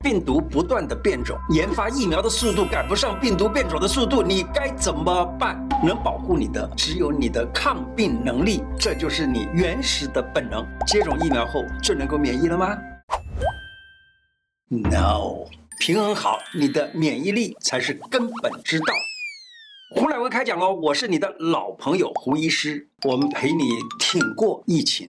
病毒不断的变种，研发疫苗的速度赶不上病毒变种的速度，你该怎么办？能保护你的只有你的抗病能力，这就是你原始的本能。接种疫苗后就能够免疫了吗？ No， 平衡好你的免疫力才是根本之道。胡乃文开讲哦，我是你的老朋友胡医师，我们陪你挺过疫情。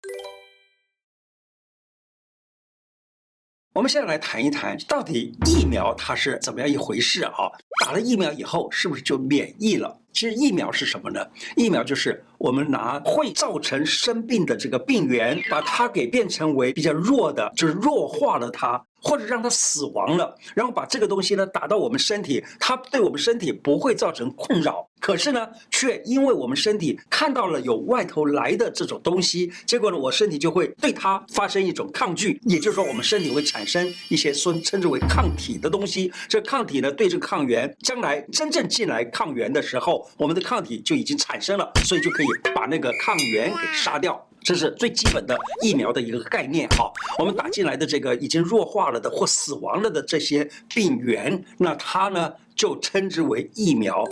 我们现在来谈一谈，到底疫苗它是怎么样一回事啊？打了疫苗以后，是不是就免疫了？其实疫苗是什么呢？疫苗就是我们拿会造成生病的这个病原，把它给变成为比较弱的，就是弱化了它。或者让它死亡了，然后把这个东西呢打到我们身体，它对我们身体不会造成困扰，可是呢，却因为我们身体看到了有外头来的这种东西，结果呢，我身体就会对它发生一种抗拒，也就是说，我们身体会产生一些称之为抗体的东西。这抗体呢，对这个抗原，将来真正进来抗原的时候，我们的抗体就已经产生了，所以就可以把那个抗原给杀掉。这是最基本的疫苗的一个概念哈。我们打进来的这个已经弱化了的或死亡了的这些病原，那它呢就称之为疫苗。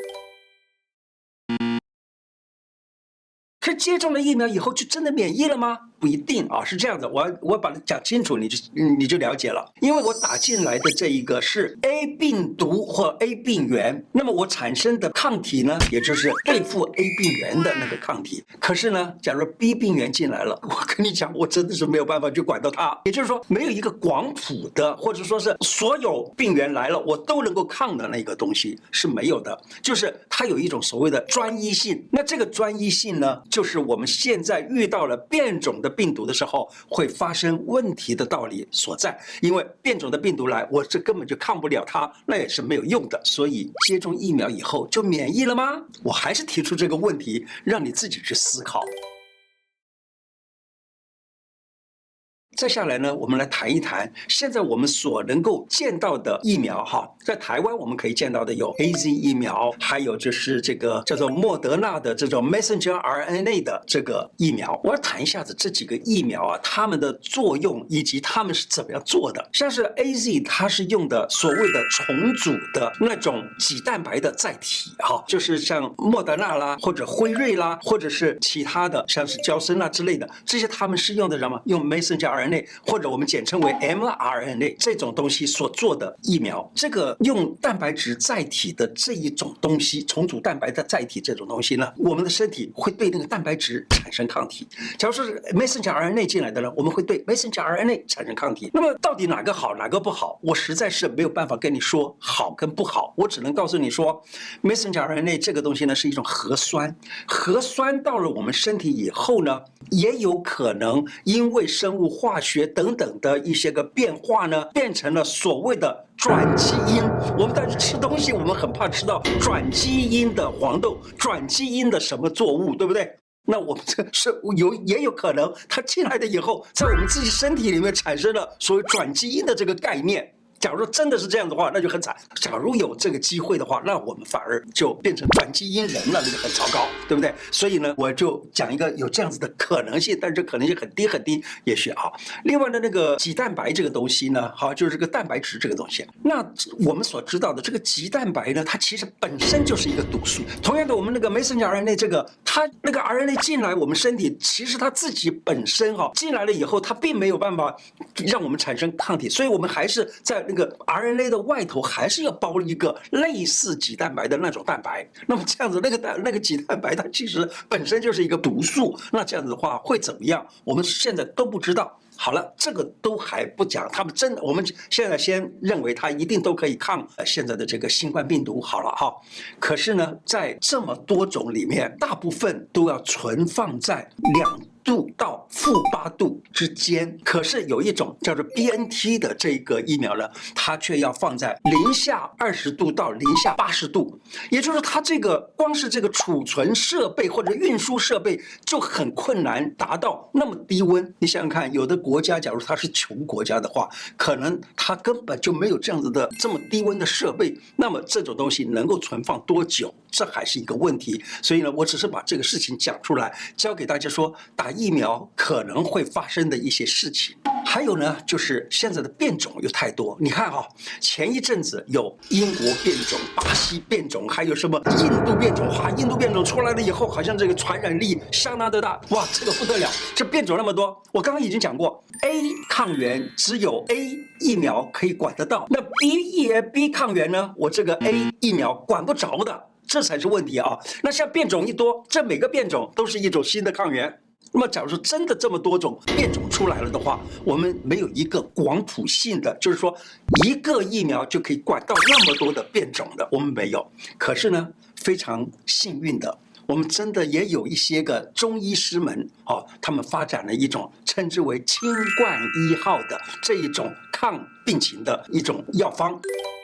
可是接种了疫苗以后就真的免疫了吗？不一定啊，是这样的，我把它讲清楚，你就了解了。因为我打进来的这一个是 A 病毒或 A 病原，那么我产生的抗体呢，也就是对付 A 病原的那个抗体。可是呢，假如 B 病原进来了，我跟你讲，我真的是没有办法去管到它。也就是说，没有一个广谱的，或者说是所有病原来了我都能够抗的那个东西是没有的，就是它有一种所谓的专一性。那这个专一性呢，就是我们现在遇到了变种的病毒的时候会发生问题的道理所在。因为变种的病毒来，我这根本就抗不了它，那也是没有用的。所以接种疫苗以后就免疫了吗？我还是提出这个问题，让你自己去思考。再下来呢，我们来谈一谈现在我们所能够见到的疫苗哈，在台湾我们可以见到的有 AZ 疫苗，还有就是这个叫做莫德纳的这种 messenger RNA 的这个疫苗。我要谈一下子这几个疫苗啊，它们的作用以及它们是怎么样做的。像是 AZ 它是用的所谓的重组的那种棘蛋白的载体哈，就是像莫德纳啦，或者辉瑞啦，或者是其他的像是嬌生啦之类的，这些他们是用的什么？用 messenger RNA。或者我们简称为 mRNA 这种东西所做的疫苗，这个用蛋白质载体的这一种东西，重组蛋白的载体这种东西呢，我们的身体会对那个蛋白质产生抗体。假如说是 messenger RNA 进来的呢，我们会对 messenger RNA 产生抗体。那么到底哪个好，哪个不好？我实在是没有办法跟你说好跟不好，我只能告诉你说 messenger RNA 这个东西呢是一种核酸，核酸到了我们身体以后呢，也有可能因为生物化学等等的一些个变化呢，变成了所谓的转基因。我们当时吃东西，我们很怕吃到转基因的黄豆，转基因的什么作物，对不对？那我们这是也有可能，它进来的以后，在我们自己身体里面产生了所谓转基因的这个概念。假如真的是这样的话，那就很惨。假如有这个机会的话，那我们反而就变成转基因人了，那就很糟糕，对不对？所以呢，我就讲一个有这样子的可能性，但是这可能性很低很低，也许啊。另外的那个棘蛋白这个东西呢，好，就是这个蛋白质这个东西。那我们所知道的这个棘蛋白呢，它其实本身就是一个毒素。同样的，我们那个 messenger RNA 这个，它那个 RNA 进来我们身体，其实它自己本身进来了以后，它并没有办法让我们产生抗体，所以我们还是在那个 RNA 的外头还是要包一个类似棘蛋白的那种蛋白。那么这样子，那个棘蛋白它其实本身就是一个毒素，那这样子的话会怎么样？我们现在都不知道。好了，这个都还不讲，他们真的，我们现在先认为它一定都可以抗现在的这个新冠病毒好了哈。可是呢，在这么多种里面，大部分都要存放在2度到-8度之间，可是有一种叫做 BNT 的这个疫苗呢，它却要放在-20度到-80度，也就是它这个光是这个储存设备或者运输设备就很困难达到那么低温。你想想看，有的国家假如它是穷国家的话，可能它根本就没有这样子的这么低温的设备，那么这种东西能够存放多久？ 这还是一个问题。所以呢，我只是把这个事情讲出来，教给大家说，打疫苗可能会发生的一些事情。还有呢，就是现在的变种有太多。你看啊，前一阵子有英国变种、巴西变种，还有什么印度变种。哇，印度变种出来了以后，好像这个传染力相当的大。哇，这个不得了，这变种那么多。我刚刚已经讲过 ，A 抗原只有 A 疫苗可以管得到，那 B 抗原呢？我这个 A 疫苗管不着的。这才是问题啊！那像变种一多，这每个变种都是一种新的抗原。那么，假如说真的这么多种变种出来了的话，我们没有一个广谱性的，就是说一个疫苗就可以管到那么多的变种的，我们没有。可是呢，非常幸运的，我们真的也有一些个中医师们他们发展了一种称之为清冠一号的这一种抗病情的一种药方。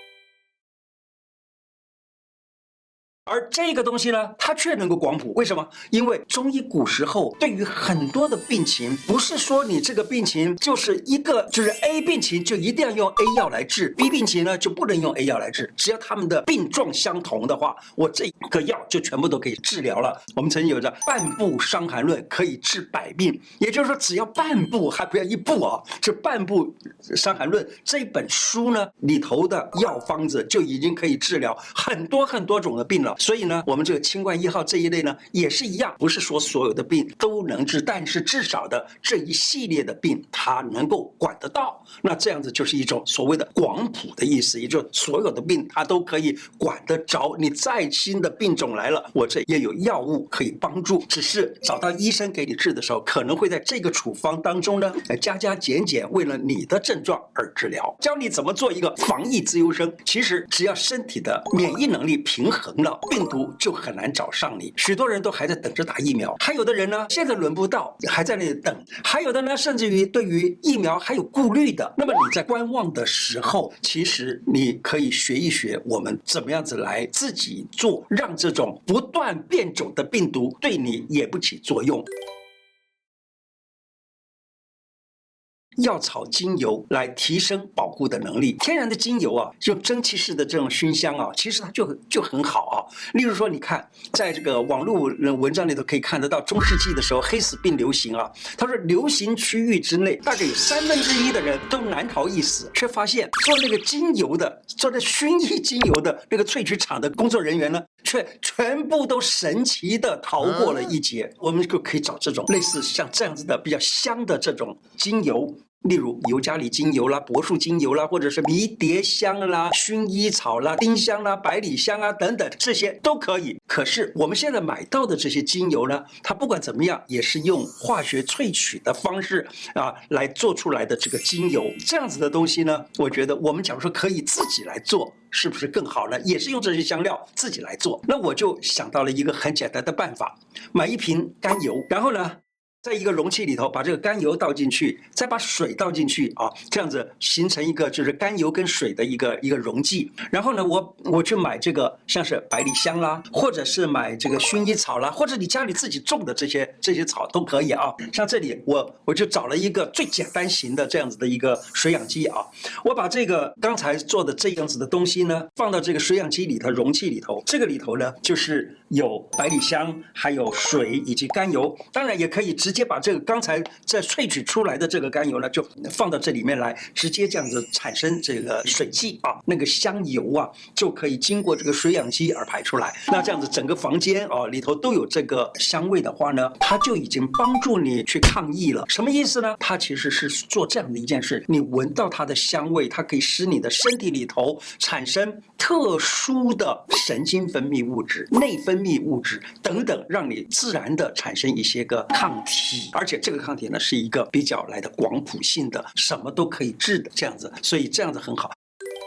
而这个东西呢，它却能够广谱，为什么？因为中医古时候对于很多的病情，不是说你这个病情就是A 病情就一定要用 A 药来治 ，B 病情呢就不能用 A 药来治，只要他们的病状相同的话，我这个药就全部都可以治疗了。我们曾经有着半部伤寒论可以治百病，也就是说只要半部，还不要一部啊，这半部伤寒论这本书呢里头的药方子就已经可以治疗很多很多种的病了。所以呢，我们这个清冠一号这一类呢，也是一样，不是说所有的病都能治，但是至少的这一系列的病，它能够管得到。那这样子就是一种所谓的广谱的意思，也就是所有的病它都可以管得着。你再新的病种来了，我这也有药物可以帮助，只是找到医生给你治的时候，可能会在这个处方当中呢，加减减，为了你的症状而治疗，教你怎么做一个防疫自由生。其实只要身体的免疫能力平衡了，病毒就很难找上你。许多人都还在等着打疫苗，还有的人呢，现在轮不到，还在那里等，还有的呢，甚至于对于疫苗还有顾虑的。那么你在观望的时候，其实你可以学一学我们怎么样子来自己做，让这种不断变种的病毒对你也不起作用。药草精油来提升保护的能力。天然的精油啊，用蒸汽式的这种熏香啊，其实它就很好啊。例如说，你看，在这个网络文章里头可以看得到，中世纪的时候黑死病流行啊，他说流行区域之内大概有1/3的人都难逃一死，却发现做那个精油的，做那薰衣精油的那个萃取厂的工作人员呢，却全部都神奇的逃过了一劫。我们就可以找这种类似像这样子的比较香的这种精油。例如尤加利精油啦、柏树精油啦，或者是迷迭香啦、薰衣草啦、丁香啦、百里香啊等等，这些都可以。可是我们现在买到的这些精油呢，它不管怎么样，也是用化学萃取的方式来做出来的这个精油。这样子的东西呢，我觉得我们假如说可以自己来做，是不是更好呢？也是用这些香料自己来做。那我就想到了一个很简单的办法，买一瓶甘油，然后呢，在一个容器里头把这个甘油倒进去，再把水倒进去啊，这样子形成一个就是甘油跟水的一个容器。然后呢，我去买这个像是百里香啦，或者是买这个薰衣草啦，或者你家里自己种的这些草都可以啊。像这里我就找了一个最简单型的这样子的一个水养机啊，我把这个刚才做的这样子的东西呢，放到这个水养机里头容器里头，这个里头呢就是有百里香，还有水以及甘油，当然也可以直接把这个刚才在萃取出来的这个甘油呢，就放到这里面来，直接这样子产生这个水汽啊，那个香油啊，就可以经过这个水养机而排出来。那这样子整个房间里头都有这个香味的话呢，它就已经帮助你去抗疫了。什么意思呢？它其实是做这样的一件事，你闻到它的香味，它可以使你的身体里头产生特殊的神经分泌物质、内分泌物质等等，让你自然的产生一些个抗体。而且这个抗体呢，是一个比较来的广谱性的，什么都可以治的这样子，所以这样子很好。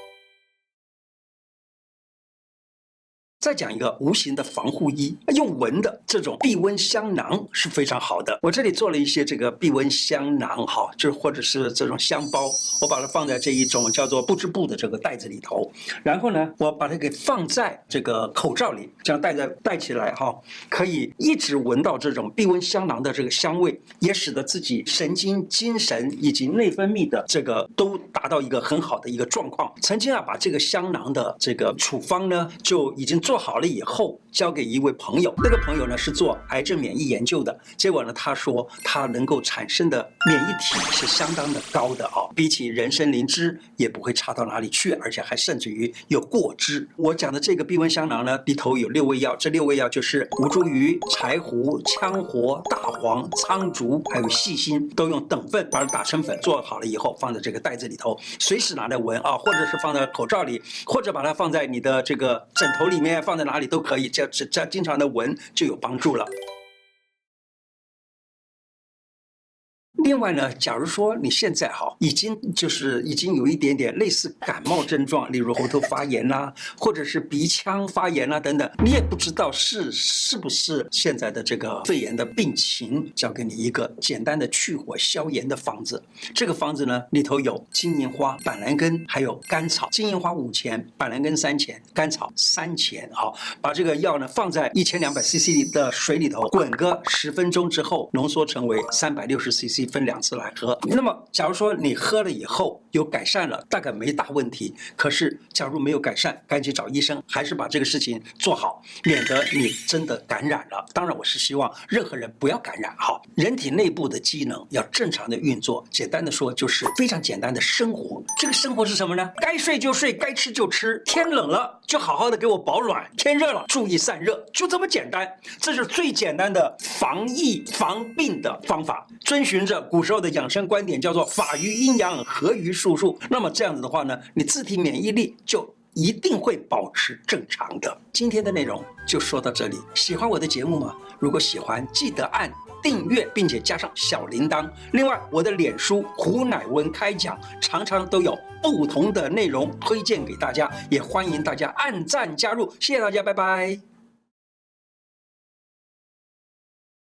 再讲一个无形的防护衣，用闻的这种避瘟香囊是非常好的。我这里做了一些这个避瘟香囊，就是或者是这种香包，我把它放在这一种叫做不织布的这个袋子里头，然后呢，我把它给放在这个口罩里，这样戴起来可以一直闻到这种避瘟香囊的这个香味，也使得自己神经、精神以及内分泌的这个都达到一个很好的一个状况。曾经把这个香囊的这个处方呢，就已经做好了以后，交给一位朋友，那个朋友呢是做癌症免疫研究的，结果呢他说他能够产生的免疫体是相当的高的啊，比起人参灵芝也不会差到哪里去，而且还甚至于有过之。我讲的这个避瘟香囊呢，里头有6味药，这6味药就是吴茱萸、柴胡、羌活、大黄、苍竹，还有细辛，都用等份把它打成粉，做好了以后放在这个袋子里头，随时拿来闻啊，或者是放在口罩里，或者把它放在你的这个枕头里面，放在哪里都可以，这样经常的闻就有帮助了。另外呢，假如说你现在已经有一点点类似感冒症状，例如喉头发炎啦，或者是鼻腔发炎啦等等，你也不知道是不是现在的这个肺炎的病情，教给你一个简单的去火消炎的方子。这个方子呢，里头有金银花、板蓝根还有甘草。金银花5钱，板蓝根3钱，甘草3钱。好，把这个药呢放在1200cc 的水里头滚个10分钟之后，浓缩成为360cc。分2次来喝。那么假如说你喝了以后有改善了，大概没大问题。可是假如没有改善，赶紧找医生，还是把这个事情做好，免得你真的感染了。当然我是希望任何人不要感染。好，人体内部的机能要正常的运作，简单的说就是非常简单的生活。这个生活是什么呢？该睡就睡，该吃就吃，天冷了就好好的给我保暖，天热了注意散热，就这么简单。这是最简单的防疫防病的方法，遵循着古时候的养生观点，叫做法于阴阳，合于术数。那么这样子的话呢，你自体免疫力就一定会保持正常的。今天的内容就说到这里，喜欢我的节目吗？如果喜欢，记得按订阅，并且加上小铃铛。另外，我的脸书胡乃文开讲常常都有不同的内容推荐给大家，也欢迎大家按赞加入。谢谢大家，拜拜。